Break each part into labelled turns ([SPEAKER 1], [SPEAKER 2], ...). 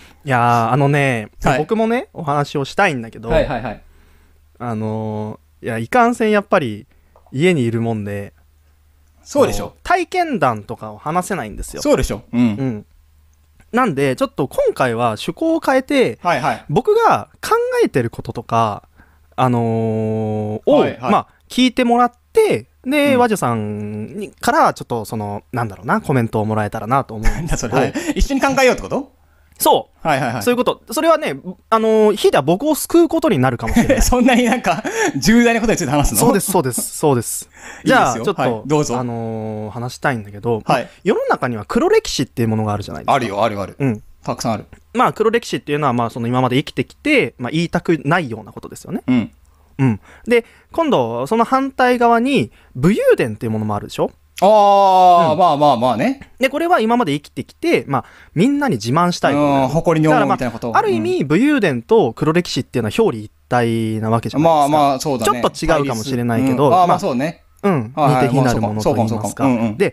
[SPEAKER 1] いや
[SPEAKER 2] はい、
[SPEAKER 1] 僕もねお話をしたいんだけど、
[SPEAKER 2] はいはいはい。
[SPEAKER 1] いやいかんせんやっぱり家にいるもんで、
[SPEAKER 2] そうでしょ。
[SPEAKER 1] 体験談とかを話せないんですよ。
[SPEAKER 2] そうでしょ。うん。
[SPEAKER 1] うん。なんでちょっと今回は趣向を変えて、
[SPEAKER 2] はいはい。
[SPEAKER 1] 僕が考えてることとか
[SPEAKER 2] はいはい。
[SPEAKER 1] まあ聞いてもらって、で、
[SPEAKER 2] うん。
[SPEAKER 1] 和女さんにからちょっとそのなんだろうなコメントをもらえたらなと思うん
[SPEAKER 2] なんだそれ。
[SPEAKER 1] ですけど、
[SPEAKER 2] はい。一緒に考えようってこと？
[SPEAKER 1] そう
[SPEAKER 2] はいはいはい。
[SPEAKER 1] そういうこと。それはね、ひいては僕を救うことになるかもしれない。
[SPEAKER 2] そんなになんか、重大なことについて話すの？
[SPEAKER 1] そうです、そうです、そうです。
[SPEAKER 2] いいですよ。
[SPEAKER 1] じゃあ、ちょっと、
[SPEAKER 2] はい、どうぞ。
[SPEAKER 1] 話したいんだけど、
[SPEAKER 2] はい。
[SPEAKER 1] 世の中には黒歴史っていうものがあるじゃないですか。
[SPEAKER 2] あるよ、あるある。
[SPEAKER 1] うん。
[SPEAKER 2] たくさんある。
[SPEAKER 1] まあ、黒歴史っていうのは、まあ、その今まで生きてきて、まあ、言いたくないようなことですよね。
[SPEAKER 2] うん。
[SPEAKER 1] うん。で、今度、その反対側に、武勇伝っていうものもあるでしょ。
[SPEAKER 2] ああ、
[SPEAKER 1] うん、
[SPEAKER 2] まあまあまあね。
[SPEAKER 1] で、これは今まで生きてきて、まあ、みんなに自慢したいことだよね。
[SPEAKER 2] 誇りに思うみたいなこと。
[SPEAKER 1] だからまあ、ある意味、武勇伝と黒歴史っていうのは表裏一体なわけじゃないですか。
[SPEAKER 2] まあまあ、そうだね。
[SPEAKER 1] ちょっと違うかもしれないけど、
[SPEAKER 2] まあまあそうね。
[SPEAKER 1] うん、似て非なるものと言いますか。で、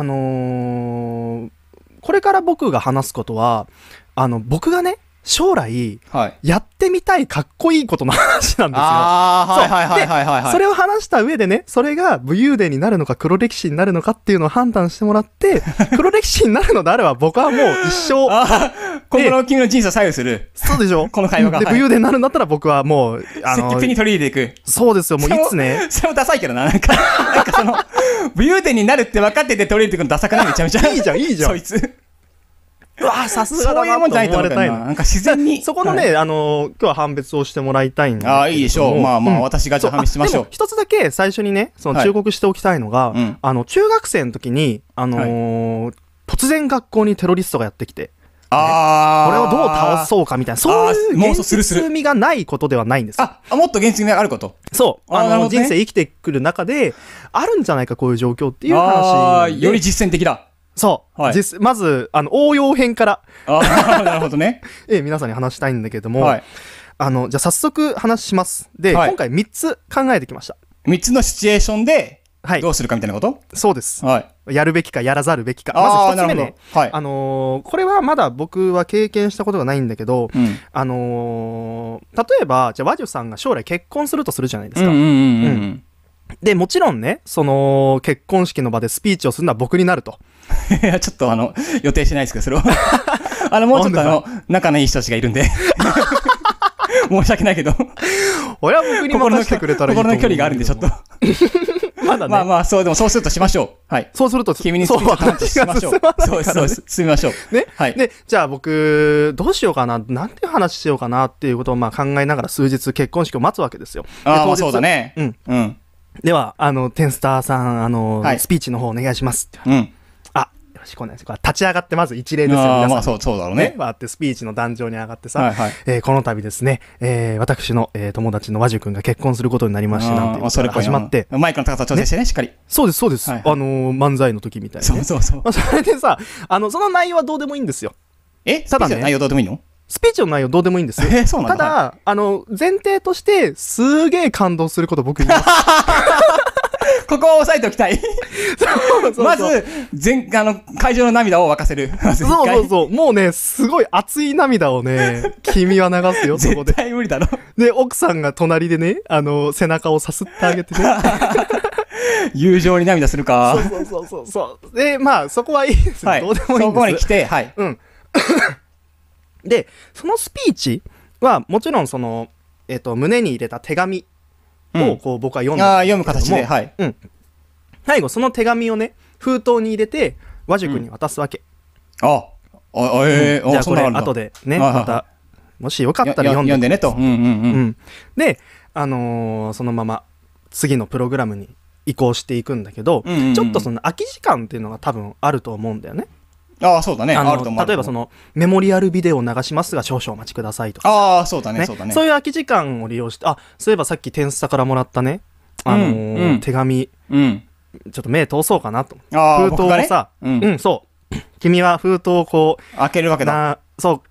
[SPEAKER 1] これから僕が話すことは、僕がね、将来、やってみたいかっこいいことの話なんですよ。
[SPEAKER 2] ああ、はいはいはいはいはい、はい。
[SPEAKER 1] それを話した上でね、それが武勇伝になるのか黒歴史になるのかっていうのを判断してもらって、黒歴史になるのであれば僕はもう一生。
[SPEAKER 2] 今後の君の人生を左右する。
[SPEAKER 1] そうでしょ。
[SPEAKER 2] この会話が。
[SPEAKER 1] で、武勇伝になるんだったら僕はもう、
[SPEAKER 2] 積極的に取り入れていく。
[SPEAKER 1] そうですよ、もういつね。
[SPEAKER 2] それもダサいけどな。なんかその、武勇伝になるって分かってて取り入れていくのダサくない？めちゃめちゃ。
[SPEAKER 1] いいじゃん、いいじゃん。
[SPEAKER 2] そいつ。
[SPEAKER 1] うわぁ、さすがだなと思われたいの。
[SPEAKER 2] なんか自然に。
[SPEAKER 1] そこのね、今日は判別をしてもらいたいんだけど。
[SPEAKER 2] ああ、いいでしょう。まあまあ、私がじゃあ判別しましょう。
[SPEAKER 1] でも一つだけ最初にね、その忠告しておきたいのが、中学生の時に、突然学校にテロリストがやってきて、これをどう倒そうかみたいな、そういう現実味がないことではないんですよ。
[SPEAKER 2] もっと現実味があること。
[SPEAKER 1] そう。人生生きてくる中で、あるんじゃないか、こういう状況っていう話。
[SPEAKER 2] より実践的だ。
[SPEAKER 1] そう。はい、まず、応用編から。
[SPEAKER 2] なるほどね。
[SPEAKER 1] 皆さんに話したいんだけれども、はい、じゃあ早速話します。で、今回3つ考えてきました。
[SPEAKER 2] 3つのシチュエーションで、どうするかみたいなこと？
[SPEAKER 1] そうです。
[SPEAKER 2] はい。
[SPEAKER 1] やるべきかやらざるべきか。まず1つ目ね。
[SPEAKER 2] はい。
[SPEAKER 1] これはまだ僕は経験したことがないんだけど、例えば、じゃあ、和女さんが将来結婚するとするじゃないですか。で、もちろんね、その、結婚式の場でスピーチをするのは僕になると。
[SPEAKER 2] いや、ちょっと予定してないですけど、それは。もうちょっと仲のいい人たちがいるんで。申し訳ないけど。
[SPEAKER 1] 俺は僕に任せてくれたらいいと思う。
[SPEAKER 2] 心の距離があるんで、ちょっと。
[SPEAKER 1] まだね。
[SPEAKER 2] まあまあ、でもそうするとしましょう。はい。
[SPEAKER 1] そうすると、
[SPEAKER 2] 君にスピーチを話しましょう。そうです、進みましょう。
[SPEAKER 1] ね。はい。で、じゃあ僕、どうしようかな、なんて話しようかなっていうことをまあ考えながら数日結婚式を待つわけですよ。
[SPEAKER 2] ああ、そうだね。
[SPEAKER 1] うん。では、テンスターさん、スピーチの方お願いします。
[SPEAKER 2] うん。
[SPEAKER 1] よろしくお願いします。立ち上がってまず一例ですよ。皆さん。
[SPEAKER 2] まあそうだろうね。
[SPEAKER 1] わーってスピーチの壇上に上がってさ、この度ですね、私の友達の和樹くんが結婚することになりまして、なんていうのが始まって。
[SPEAKER 2] マイクの高さ調整してね、しっかり。
[SPEAKER 1] そうです、そうです。漫才の時みたいな。
[SPEAKER 2] そう。
[SPEAKER 1] それでさ、その内容はどうでもいいんですよ。
[SPEAKER 2] ただね。内容どうでもいいの？
[SPEAKER 1] スピーチの内容どうでもいいんですよ。
[SPEAKER 2] そうなんだ。
[SPEAKER 1] ただ、前提として、すげえ感動すること僕言います。
[SPEAKER 2] ここを押さえておきたい。まず、会場の涙を沸かせる。
[SPEAKER 1] そう。もうね、すごい熱い涙をね、君は流すよ、そこで。
[SPEAKER 2] 絶対無理だろ。
[SPEAKER 1] で、奥さんが隣でね、背中をさすってあげてね。
[SPEAKER 2] 友情に涙するか。
[SPEAKER 1] そう。で、まあ、そこはいいですよ。どうでもいいんです。
[SPEAKER 2] そこまで来て、はい。
[SPEAKER 1] うん。で、そのスピーチは、もちろんその、胸に入れた手紙をこう僕は読んで、
[SPEAKER 2] 読む形で、はい。
[SPEAKER 1] 最後その手紙をね、封筒に入れて和塾に渡すわけ。
[SPEAKER 2] じゃあこれ
[SPEAKER 1] 後でね、またもしよかったら読んで
[SPEAKER 2] ねと。
[SPEAKER 1] で、そのまま次のプログラムに移行していくんだけど、ちょっとその空き時間っていうのが多分あると思うんだよね。
[SPEAKER 2] そうだね。
[SPEAKER 1] 例えばそのメモリアルビデオを流しますが少々お待ちくださいとか。
[SPEAKER 2] そうだね。
[SPEAKER 1] そういう空き時間を利用して、そういえばさっきテンスタからもらったね、手紙、ちょっと目通そうかなと。封筒をさ、そう。君は封筒をこう
[SPEAKER 2] 開けるわけだ。
[SPEAKER 1] そう、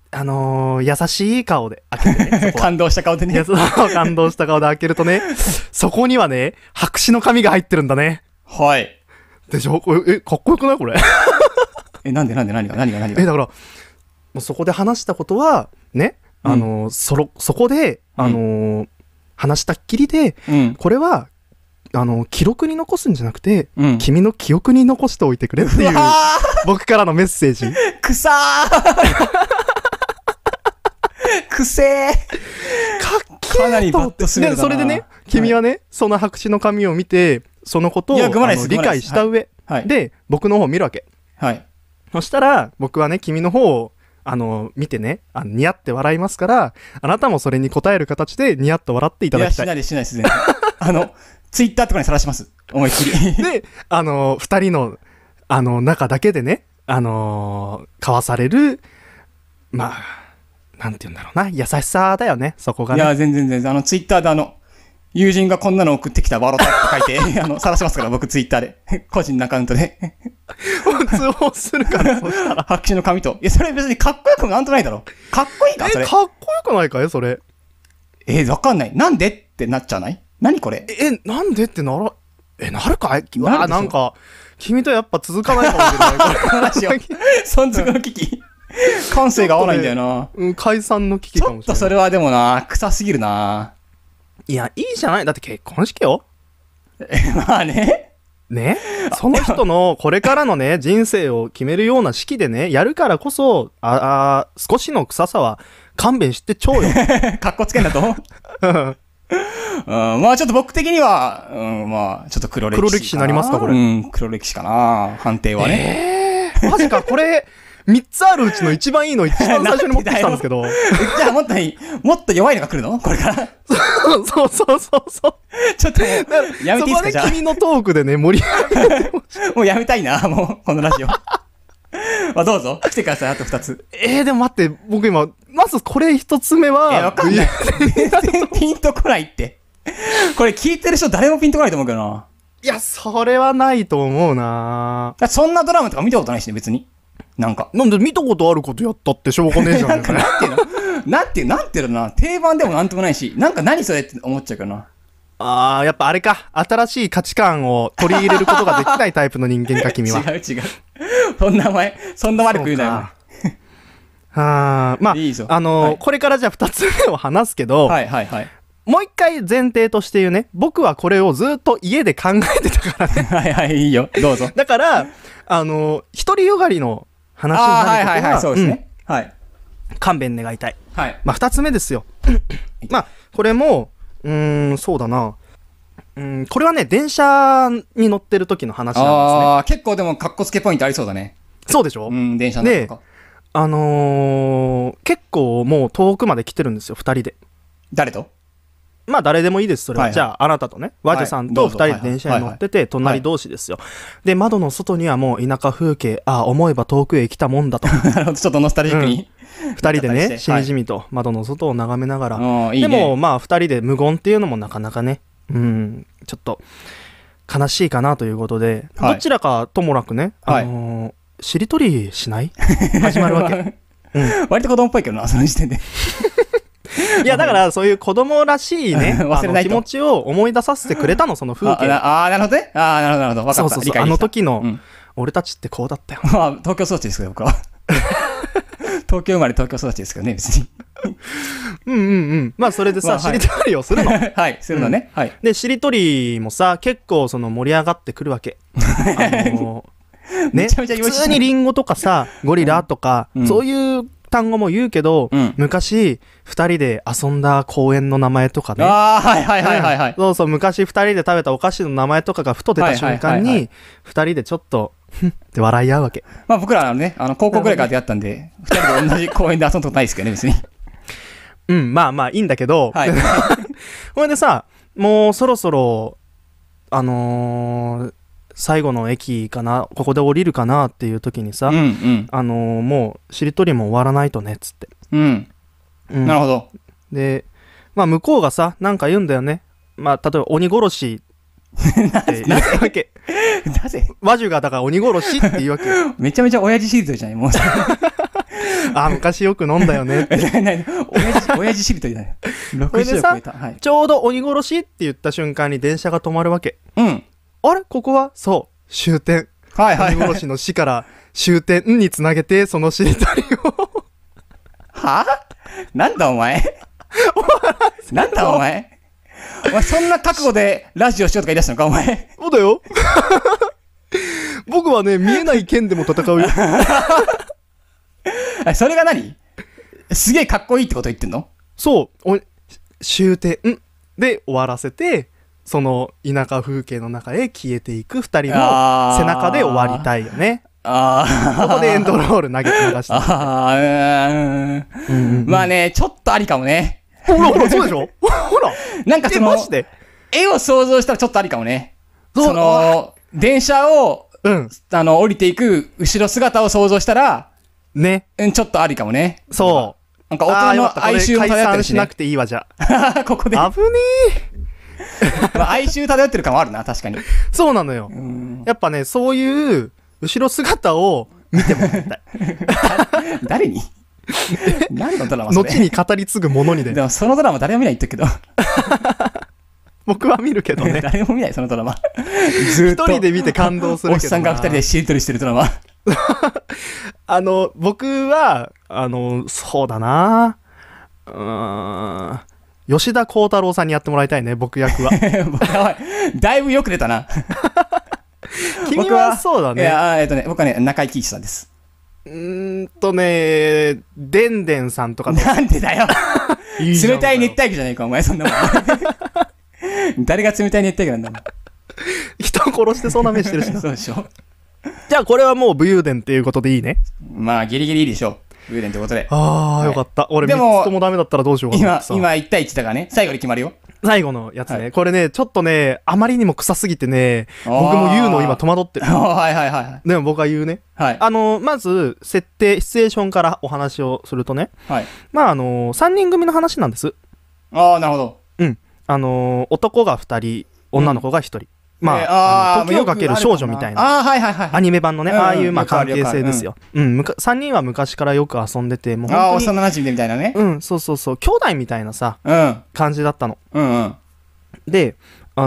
[SPEAKER 1] 優しい顔で開けてね。
[SPEAKER 2] 感動した顔でね。
[SPEAKER 1] 感動した顔で開けるとね、そこにはね、白紙の紙が入ってるんだね。
[SPEAKER 2] はい。
[SPEAKER 1] でしょ？かっこよくないこれ。
[SPEAKER 2] 何が？
[SPEAKER 1] だから、 もうそこで話したことは、ね、そこで、話したっきりで、これは、記録に残すんじゃなくて、君の記憶に残しておいてくれっていう、僕からのメッセージ。
[SPEAKER 2] くさーくせー
[SPEAKER 1] かっけー
[SPEAKER 2] かなりバッとするな。
[SPEAKER 1] で、それでね、君はね、その白紙の紙を見て、そのことを理解した上で、僕の方を見るわけ。
[SPEAKER 2] はい。
[SPEAKER 1] そしたら、僕はね、君の方を、見てね、ニヤって笑いますから、あなたもそれに応える形で、ニヤっと笑っていただきたい。
[SPEAKER 2] いや、しないです、全然。ツイッターとかにさらします。思いっきり。
[SPEAKER 1] で、二人の、中だけでね、交わされる、まあ、なんて言うんだろうな、優しさだよね、そこがね。
[SPEAKER 2] いや、全然、ツイッターで友人がこんなの送ってきたワロタって書いて、さらしますから、僕ツイッターで。個人のアカウントで。
[SPEAKER 1] 通報するから、そしたら。
[SPEAKER 2] 白紙の紙と。いや、それ別にかっこよくもなんとないだろ。かっこいいかそれ。
[SPEAKER 1] かっこよくないかいそれ。
[SPEAKER 2] わかんない。なんでってなっちゃわない何これ。
[SPEAKER 1] なんでってなるかいなんか、君とやっぱ続かないかもしれない。これ
[SPEAKER 2] 話を。存続の危機。感性が合わないんだよな。
[SPEAKER 1] 解散の危機かもしれない。
[SPEAKER 2] ちょっとそれはでもな、臭すぎるな。
[SPEAKER 1] いや、いいじゃない。だって結婚式よ。
[SPEAKER 2] まあね。
[SPEAKER 1] ね、その人のこれからのね、人生を決めるような式でね、やるからこそ、少しの臭さは勘弁してちょうよ。
[SPEAKER 2] かっこつけんだとまあちょっと僕的には、まあちょっと黒歴史。
[SPEAKER 1] 黒歴史になりますか、これ。
[SPEAKER 2] 黒歴史かな、判定はね。
[SPEAKER 1] マジか、これ、3つあるうちの一番いいの一番最初に持ってきたんですけど。
[SPEAKER 2] じゃあもっと弱いのが来るのこれから。
[SPEAKER 1] そう。
[SPEAKER 2] ちょっと、やめていいですかじゃあ。
[SPEAKER 1] そこで君のトークでね、盛り上げて
[SPEAKER 2] もうやめたいな、もう、このラジオ。まあどうぞ、来てください、あと2つ。
[SPEAKER 1] でも待って、僕今、まずこれ1つ目は、
[SPEAKER 2] わかんない。全然ピンとこないって。これ聞いてる人誰もピンとこないと思うけどな。
[SPEAKER 1] いや、それはないと思うな。
[SPEAKER 2] そんなドラマとか見たことないしね、別に。なんで
[SPEAKER 1] 見たことあることやったってしょうがねえじゃん。
[SPEAKER 2] なんていうのな、定番でもなんともないし、何それって思っちゃうから
[SPEAKER 1] な。やっぱあれか、新しい価値観を取り入れることができないタイプの人間か、君は。
[SPEAKER 2] 違う。そんな悪く言うなよ。
[SPEAKER 1] まあ、
[SPEAKER 2] いいぞ
[SPEAKER 1] これからじゃあ2つ目を話すけど、もう一回前提として言うね、僕はこれをずっと家で考えてたからね。
[SPEAKER 2] いいよ、どうぞ。
[SPEAKER 1] だから、独りよがりの話になることは、
[SPEAKER 2] そうですね。
[SPEAKER 1] 勘弁願いたい。
[SPEAKER 2] ま
[SPEAKER 1] あ、2つ目ですよ。まあ、これも、そうだな。これはね、電車に乗ってる時の話なんですね。
[SPEAKER 2] 結構でも、かっこつけポイントありそうだね。
[SPEAKER 1] そうでしょ？
[SPEAKER 2] 電車の中とか。
[SPEAKER 1] 結構もう遠くまで来てるんですよ、2人で。
[SPEAKER 2] 誰と？
[SPEAKER 1] まあ誰でもいいです、それは。じゃあ、あなたとね、和女さんと2人で電車に乗ってて、隣同士ですよ。で、窓の外にはもう田舎風景、思えば遠くへ来たもんだと。
[SPEAKER 2] なるほど、ちょっとノスタルジックに。
[SPEAKER 1] 2人でね、しみじみと窓の外を眺めながら。でも、まあ2人で無言っていうのもなかなかね、ちょっと悲しいかなということで、どちらかともなくね、しりとりしない始まるわけ。
[SPEAKER 2] 割と子供っぽいけどな、その時点で。
[SPEAKER 1] いや、だからそういう子供らしいね、気持ちを思い出させてくれたの、その風景。
[SPEAKER 2] なるほどね。なるほど。分かった。
[SPEAKER 1] そう。あの時の、俺たちってこうだったよ。
[SPEAKER 2] 東京育ちですけど、僕は。東京生まれ、東京育ちですけどね、別に。
[SPEAKER 1] まあ、それでさ、しりとりをするの。
[SPEAKER 2] するのね。
[SPEAKER 1] で、しりとりもさ、結構盛り上がってくるわけ。ね、普通にリンゴとかさ、ゴリラとか、そういう単語も言うけど、昔2人で遊んだ公園の名前とかね。そうそう、昔2人で食べたお菓子の名前とかがふと出た瞬間に、2人でちょっとふんって笑い合うわけ。
[SPEAKER 2] まあ僕らね、高校ぐらいから出会ったんで、2人で同じ公園で遊んだことないですけどね、別に。
[SPEAKER 1] まあまあいいんだけど、ほいでさ、もうそろそろ最後の駅かな、ここで降りるかなっていう時にさ、もうしりとりも終わらないとねっつって。
[SPEAKER 2] なるほど。
[SPEAKER 1] で、まあ向こうがさ、なんか言うんだよね。まあ例えば鬼殺しって言うわけ。
[SPEAKER 2] なぜ？
[SPEAKER 1] 和樹がだから鬼殺しって言うわけ。
[SPEAKER 2] めちゃめちゃ親父シリーズじゃないもう。
[SPEAKER 1] 昔よく飲んだよねって。
[SPEAKER 2] 親父しりとりだよ。
[SPEAKER 1] 60を超えた。ちょうど鬼殺しって言った瞬間に電車が止まるわけ。あれここはそう終点。鬼殺しの死から終点につなげてそのしりとりを
[SPEAKER 2] はなんだお前なんだお前お前そんな覚悟でラジオしようとか言い出したのかお前。
[SPEAKER 1] そうだよ。僕はね、見えない剣でも戦うよ。
[SPEAKER 2] それが何すげえかっこいいってこと言ってんの？
[SPEAKER 1] そう。終点で終わらせて、その田舎風景の中へ消えていく二人の背中で終わりたいよね。ここでエンドロール流して。
[SPEAKER 2] まあね、ちょっとありかもね。
[SPEAKER 1] ほら、そうでしょほら。
[SPEAKER 2] なんかその、絵を想像したらちょっとありかもね。その、電車を、降りていく後ろ姿を想像したら、
[SPEAKER 1] ね。
[SPEAKER 2] ちょっとありかもね。
[SPEAKER 1] そう。
[SPEAKER 2] なんか大人の哀愁も漂ってるし、ね。
[SPEAKER 1] しなくていいわ、じゃ
[SPEAKER 2] あ。ここで。
[SPEAKER 1] 危ね
[SPEAKER 2] え。まあ、哀愁漂ってる感もあるな、確かに。
[SPEAKER 1] そうなのよ。やっぱね、そういう、後ろ姿を見てもらいたい。
[SPEAKER 2] 誰に何のドラマそれ？
[SPEAKER 1] 後に語り継ぐものにで。
[SPEAKER 2] でもそのドラマ誰も見ないって言うけど。
[SPEAKER 1] 僕は見るけどね。
[SPEAKER 2] 誰も見ない、そのドラマ。
[SPEAKER 1] ずっと。一人で見て感動するけど。
[SPEAKER 2] おっさんが二人でしりとりしてるドラマ。
[SPEAKER 1] 僕は、そうだな吉田鋼太郎さんにやってもらいたいね、僕役は。
[SPEAKER 2] だいぶよく出たな。
[SPEAKER 1] 君はそうだね。
[SPEAKER 2] いや、僕はね、中井貴一さんです。
[SPEAKER 1] でんでんさんとか。
[SPEAKER 2] なんでだよ。冷たい熱帯魚じゃないか、お前、そんなもん。誰が冷たい熱帯魚なんだ。
[SPEAKER 1] 人を殺してそうな目してるしな。
[SPEAKER 2] そうでしょ。
[SPEAKER 1] じゃあこれはもう武勇伝っていうことでいいね。
[SPEAKER 2] まあギリギリいいでしょう。武勇伝ってことで。
[SPEAKER 1] ああ、よかった。俺3つともダメだったらどうしようかな。
[SPEAKER 2] 今1対1だからね。最後に決まるよ。
[SPEAKER 1] 最後のやつね。これね、ちょっとね、あまりにも臭すぎてね、僕も言うの今戸惑ってる。
[SPEAKER 2] はいはいはい。
[SPEAKER 1] でも僕は言うね。
[SPEAKER 2] はい。
[SPEAKER 1] まず、設定、シチュエーションからお話をするとね。
[SPEAKER 2] はい。
[SPEAKER 1] まあ3人組の話なんです。
[SPEAKER 2] ああ、なるほど。
[SPEAKER 1] うん。男が2人、女の子が1人。まあ、時をかける少女みたいな。アニメ版のね、ああいうまあ関係性ですよ。3人は昔からよく遊んでて、
[SPEAKER 2] もう本当に。幼馴染みたいなね。
[SPEAKER 1] そう。兄弟みたいなさ、感じだったの。で、あ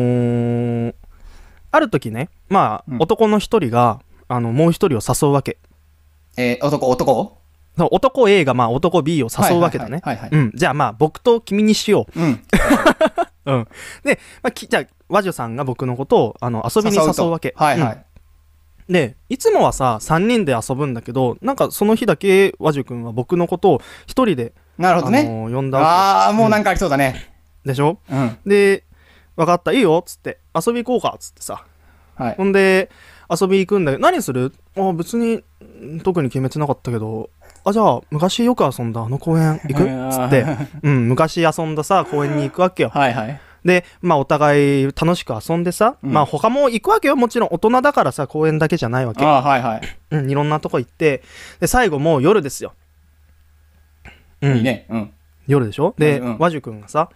[SPEAKER 1] る時ね、まあ、男の一人が、もう一人を誘うわけ。
[SPEAKER 2] 男
[SPEAKER 1] 男 A がまあ男 B を誘うわけだね。じゃあまあ、僕と君にしよう。で、じゃあ、和女さんが僕のことを遊びに誘うわけ。で、いつもはさ、3人で遊ぶんだけど、なんかその日だけ和女くんは僕のことを一人で、
[SPEAKER 2] なるほどね。
[SPEAKER 1] 呼んだわけ。
[SPEAKER 2] ああ、もうなんかありそうだね。
[SPEAKER 1] でしょ？で、分かった、いいよ、つって、遊び行こうか、つってさ。ほんで、遊び行くんだけど、何する？別に、特に決めてなかったけど、じゃあ、昔よく遊んだあの公園行く？つって、昔遊んださ、公園に行くわけよ。で、まあお互い楽しく遊んでさ、まあ他も行くわけよ。もちろん大人だからさ、公園だけじゃないわけ。いろんなとこ行って、で、最後もう夜ですよ。
[SPEAKER 2] いいね。
[SPEAKER 1] 夜でしょ？で、和樹くんがさ、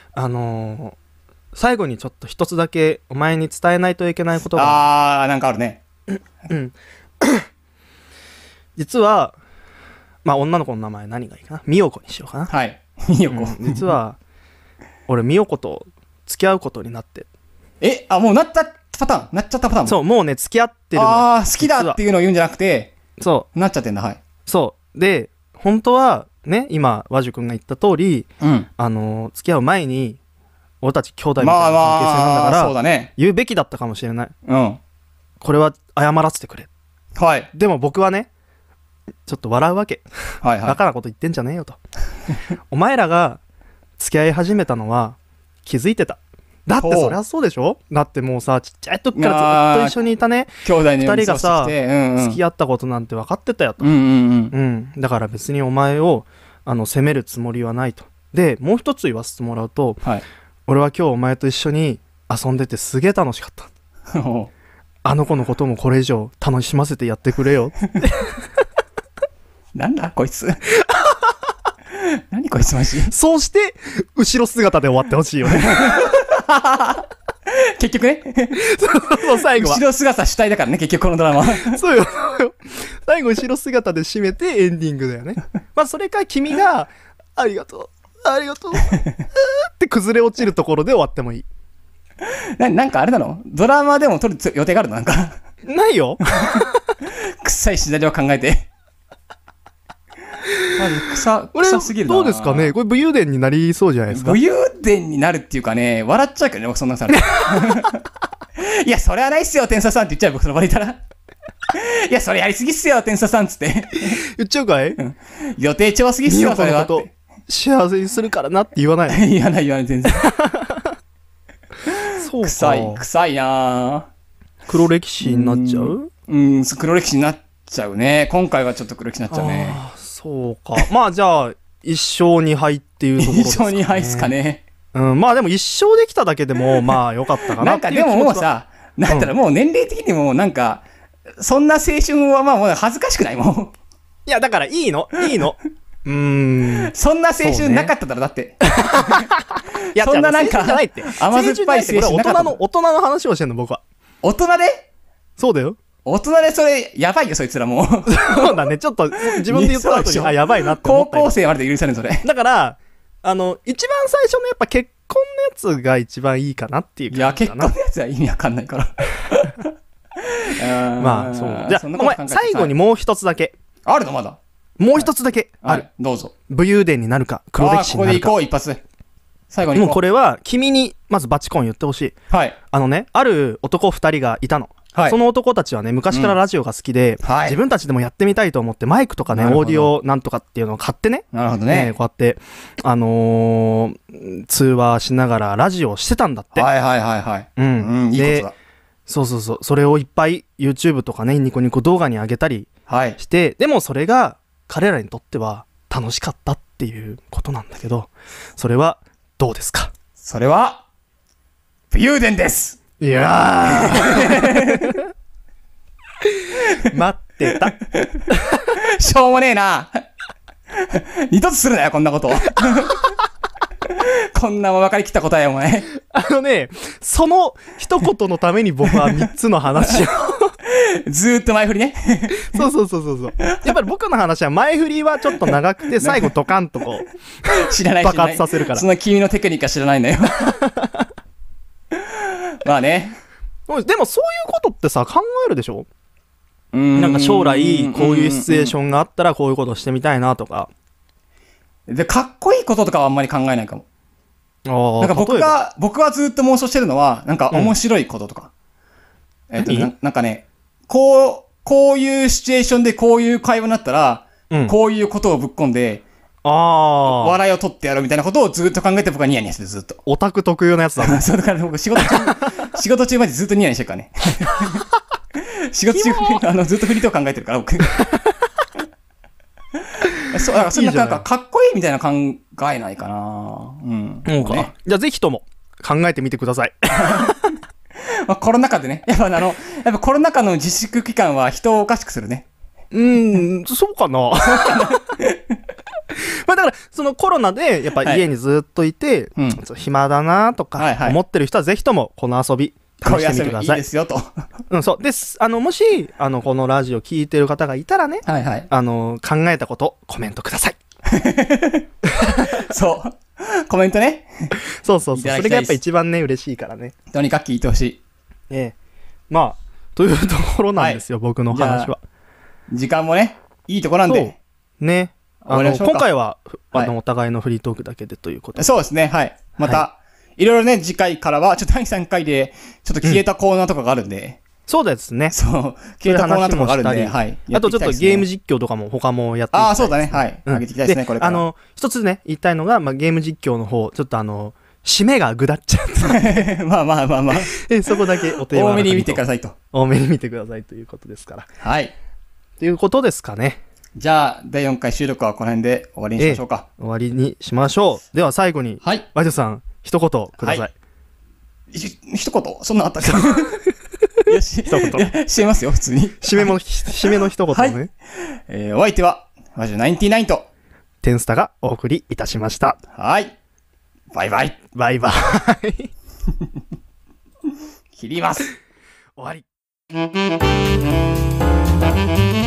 [SPEAKER 1] 最後にちょっと一つだけお前に伝えないといけないことが。
[SPEAKER 2] なんかあるね。
[SPEAKER 1] 実は、まあ女の子の名前何がいいかな？美代子にしようかな。
[SPEAKER 2] はい。美代子。
[SPEAKER 1] 実は、俺美代子と付き合うことになって。
[SPEAKER 2] もうなっちゃったパターン。
[SPEAKER 1] そう、もうね、付き合ってるの。
[SPEAKER 2] 好きだっていうのを言うんじゃなくて、
[SPEAKER 1] そう。
[SPEAKER 2] なっちゃってんだ、はい。
[SPEAKER 1] そう。で、本当は、ね、今、和樹くんが言った通り、付き合う前に、俺たち兄弟みたいな関係性なんだから、
[SPEAKER 2] そうだね。
[SPEAKER 1] 言うべきだったかもしれない。これは謝らせてくれ。
[SPEAKER 2] はい。
[SPEAKER 1] でも僕はね、ちょっと笑うわけ。バカなこと言ってんじゃねえよと。お前らが付き合い始めたのは気づいてた。だってそりゃそうでしょ？だってもうさ、ちっちゃい時からずっと一緒にいたね、2人がさ、付き合ったことなんて分かってたよと。だから別にお前を責めるつもりはないと。で、もう一つ言わせてもらうと、俺は今日お前と一緒に遊んでてすげえ楽しかった。あの子のこともこれ以上楽しませてやってくれよ。
[SPEAKER 2] なんだこいつ。何こいつマジ。
[SPEAKER 1] そうして後ろ姿で終わってほしいよね。
[SPEAKER 2] 結局ね。
[SPEAKER 1] そう最後は
[SPEAKER 2] 後ろ姿主体だからね、結局このドラマ。
[SPEAKER 1] そうよ。最後後ろ姿で締めてエンディングだよね。まあそれか君がありがとうありがとうって崩れ落ちるところで終わってもいい。
[SPEAKER 2] なんかあれなの？ドラマでも撮る予定があるの？なんか
[SPEAKER 1] ないよ。
[SPEAKER 2] 臭いシナリオを考えて。 臭すぎるな。
[SPEAKER 1] どうですかね、これ武勇伝になりそうじゃないですか。
[SPEAKER 2] 武勇伝になるっていうかね、笑っちゃうけどね、僕そんなされて。いや、それはないっすよ、天才さんって言っちゃう、僕その場にいたら。いや、それやりすぎっすよ、天才さんっつって。
[SPEAKER 1] 言っちゃうかい、
[SPEAKER 2] 予定調和すぎっすよ、それは。
[SPEAKER 1] 幸せにするからなって言わない。
[SPEAKER 2] 言わない、全然。
[SPEAKER 1] そうか。
[SPEAKER 2] 臭いな
[SPEAKER 1] 黒歴史になっちゃう？
[SPEAKER 2] 黒歴史になっちゃうね。今回はちょっと黒歴史になっちゃうね。
[SPEAKER 1] そうか。まあじゃあ、一勝二敗っていうところですかね。
[SPEAKER 2] 一勝二敗っすかね。
[SPEAKER 1] まあでも一勝できただけでも、まあ良かったかなっていう気持ちは。
[SPEAKER 2] なんかでももうさ、なんだろう、もう年齢的にもなんか、そんな青春はまあもう恥ずかしくないもん。
[SPEAKER 1] いや、だからいいの。
[SPEAKER 2] そんな青春なかっただろ、だって。
[SPEAKER 1] いや、
[SPEAKER 2] そんななんか、
[SPEAKER 1] 甘酸っぱい青春なかった。大人の話をしてんの、僕は。
[SPEAKER 2] 大人で？
[SPEAKER 1] そうだよ。
[SPEAKER 2] 大人でそれ、やばいよ、そいつらもう。
[SPEAKER 1] そうだね、ちょっと、自分で言った後に、やばいなって思った。
[SPEAKER 2] 高校生まで許されん、それ。
[SPEAKER 1] だから、一番最初のやっぱ結婚のやつが一番いいかなっていう感じかな。
[SPEAKER 2] いや、結婚のやつは意味わかんないから。
[SPEAKER 1] まあ、そう。じゃあ、お前、最後にもう一つだけ。
[SPEAKER 2] あるのまだ。
[SPEAKER 1] もう一つだけある。
[SPEAKER 2] どうぞ。
[SPEAKER 1] 武勇伝になるか、黒歴史になるか。
[SPEAKER 2] ここで行こう、一発。最後に
[SPEAKER 1] もうこれは、君に、まずバチコン言ってほしい。
[SPEAKER 2] はい。
[SPEAKER 1] ある男二人がいたの。はい。その男たちはね、昔からラジオが好きで、自分たちでもやってみたいと思って、マイクとかね、オーディオなんとかっていうのを買ってね。
[SPEAKER 2] なるほどね。
[SPEAKER 1] こうやって、通話しながらラジオをしてたんだって。
[SPEAKER 2] はい。いいことだ。
[SPEAKER 1] そう。それをいっぱい YouTube とかね、ニコニコ動画に上げたりして、でもそれが彼らにとっては楽しかったっていうことなんだけど、それはどうですか？
[SPEAKER 2] それは、武勇伝です。
[SPEAKER 1] いやー待ってた。
[SPEAKER 2] しょうもねえな。二度とするなよ、こんなこと。こんな分かりきった答え、お前。
[SPEAKER 1] その一言のために僕は3つの話を
[SPEAKER 2] ずーっと前振りね。
[SPEAKER 1] そう。やっぱり僕の話は前振りはちょっと長くて、最後ドカンとこう、
[SPEAKER 2] 知らない
[SPEAKER 1] 爆発させるから。
[SPEAKER 2] その君のテクニックは知らないんだよ。まあね。
[SPEAKER 1] でもそういうことってさ、考えるでしょ？なんか将来こういうシチュエーションがあったらこういうことしてみたいなとか。
[SPEAKER 2] で、かっこいいこととかはあんまり考えないかも。なんか僕はずっと妄想してるのは、なんか面白いこととか。なんかね、こういうシチュエーションでこういう会話になったら、こういうことをぶっ込んで、笑いを取ってやるみたいなことをずっと考えて僕はニヤニヤしてる、ずっと。
[SPEAKER 1] オタク特有のやつだね。
[SPEAKER 2] そうだから僕仕事中までずっとニヤニヤしてるからね。仕事中、ずっとフリートーク考えてるから、僕。そんななんかかっこいいみたいな考えないかな。
[SPEAKER 1] じゃあぜひとも考えてみてください。
[SPEAKER 2] コロナ禍でね。やっぱコロナ禍の自粛期間は人をおかしくするね。
[SPEAKER 1] そうかな。まあだから、そのコロナでやっぱ家にずっといて、暇だなとか思ってる人はぜひともこの遊び試してみてください。
[SPEAKER 2] いいですよと。
[SPEAKER 1] そうです。もしこのラジオ聞いてる方がいたらね、考えたことコメントください。
[SPEAKER 2] そう。コメントね。
[SPEAKER 1] そう。それがやっぱ一番ね嬉しいからね。
[SPEAKER 2] とにかく聞いてほしい。
[SPEAKER 1] まあというところなんですよ、僕の話は。
[SPEAKER 2] 時間もね、いいところなんで。
[SPEAKER 1] ね。今回はお互いのフリートークだけでということで。
[SPEAKER 2] そうですね。はい。また。いろいろね、次回からは、第3回で、ちょっと消えたコーナーとかがあるんで。
[SPEAKER 1] そうですね。
[SPEAKER 2] そう。消えたコーナーとかがあるんで、はい。
[SPEAKER 1] あとちょっとゲーム実況とかも他もやっていきたいですね。
[SPEAKER 2] そうだね。はい。上げていきたいですね、これから。
[SPEAKER 1] 一つね、言いたいのが、ゲーム実況の方、ちょっと締めがぐだっちゃって。
[SPEAKER 2] まあ。
[SPEAKER 1] そこだけお手柔らかに。
[SPEAKER 2] 多めに見てくださいと。
[SPEAKER 1] 多めに見てくださいということですから。
[SPEAKER 2] はい。
[SPEAKER 1] ということですかね。
[SPEAKER 2] じゃあ、第4回収録はこの辺で終わりにしましょうか。
[SPEAKER 1] 終わりにしましょう。では最後に、ワジョさん、一言ください。
[SPEAKER 2] 一言そんなあったっけ？よし。一言。締めますよ、普通に。
[SPEAKER 1] 締めの一言ね。
[SPEAKER 2] お相手は、ワジョ99と、
[SPEAKER 1] テンスタがお送りいたしました。
[SPEAKER 2] はい。バイバイ。
[SPEAKER 1] バイバイ。
[SPEAKER 2] 切ります。
[SPEAKER 1] 終わり。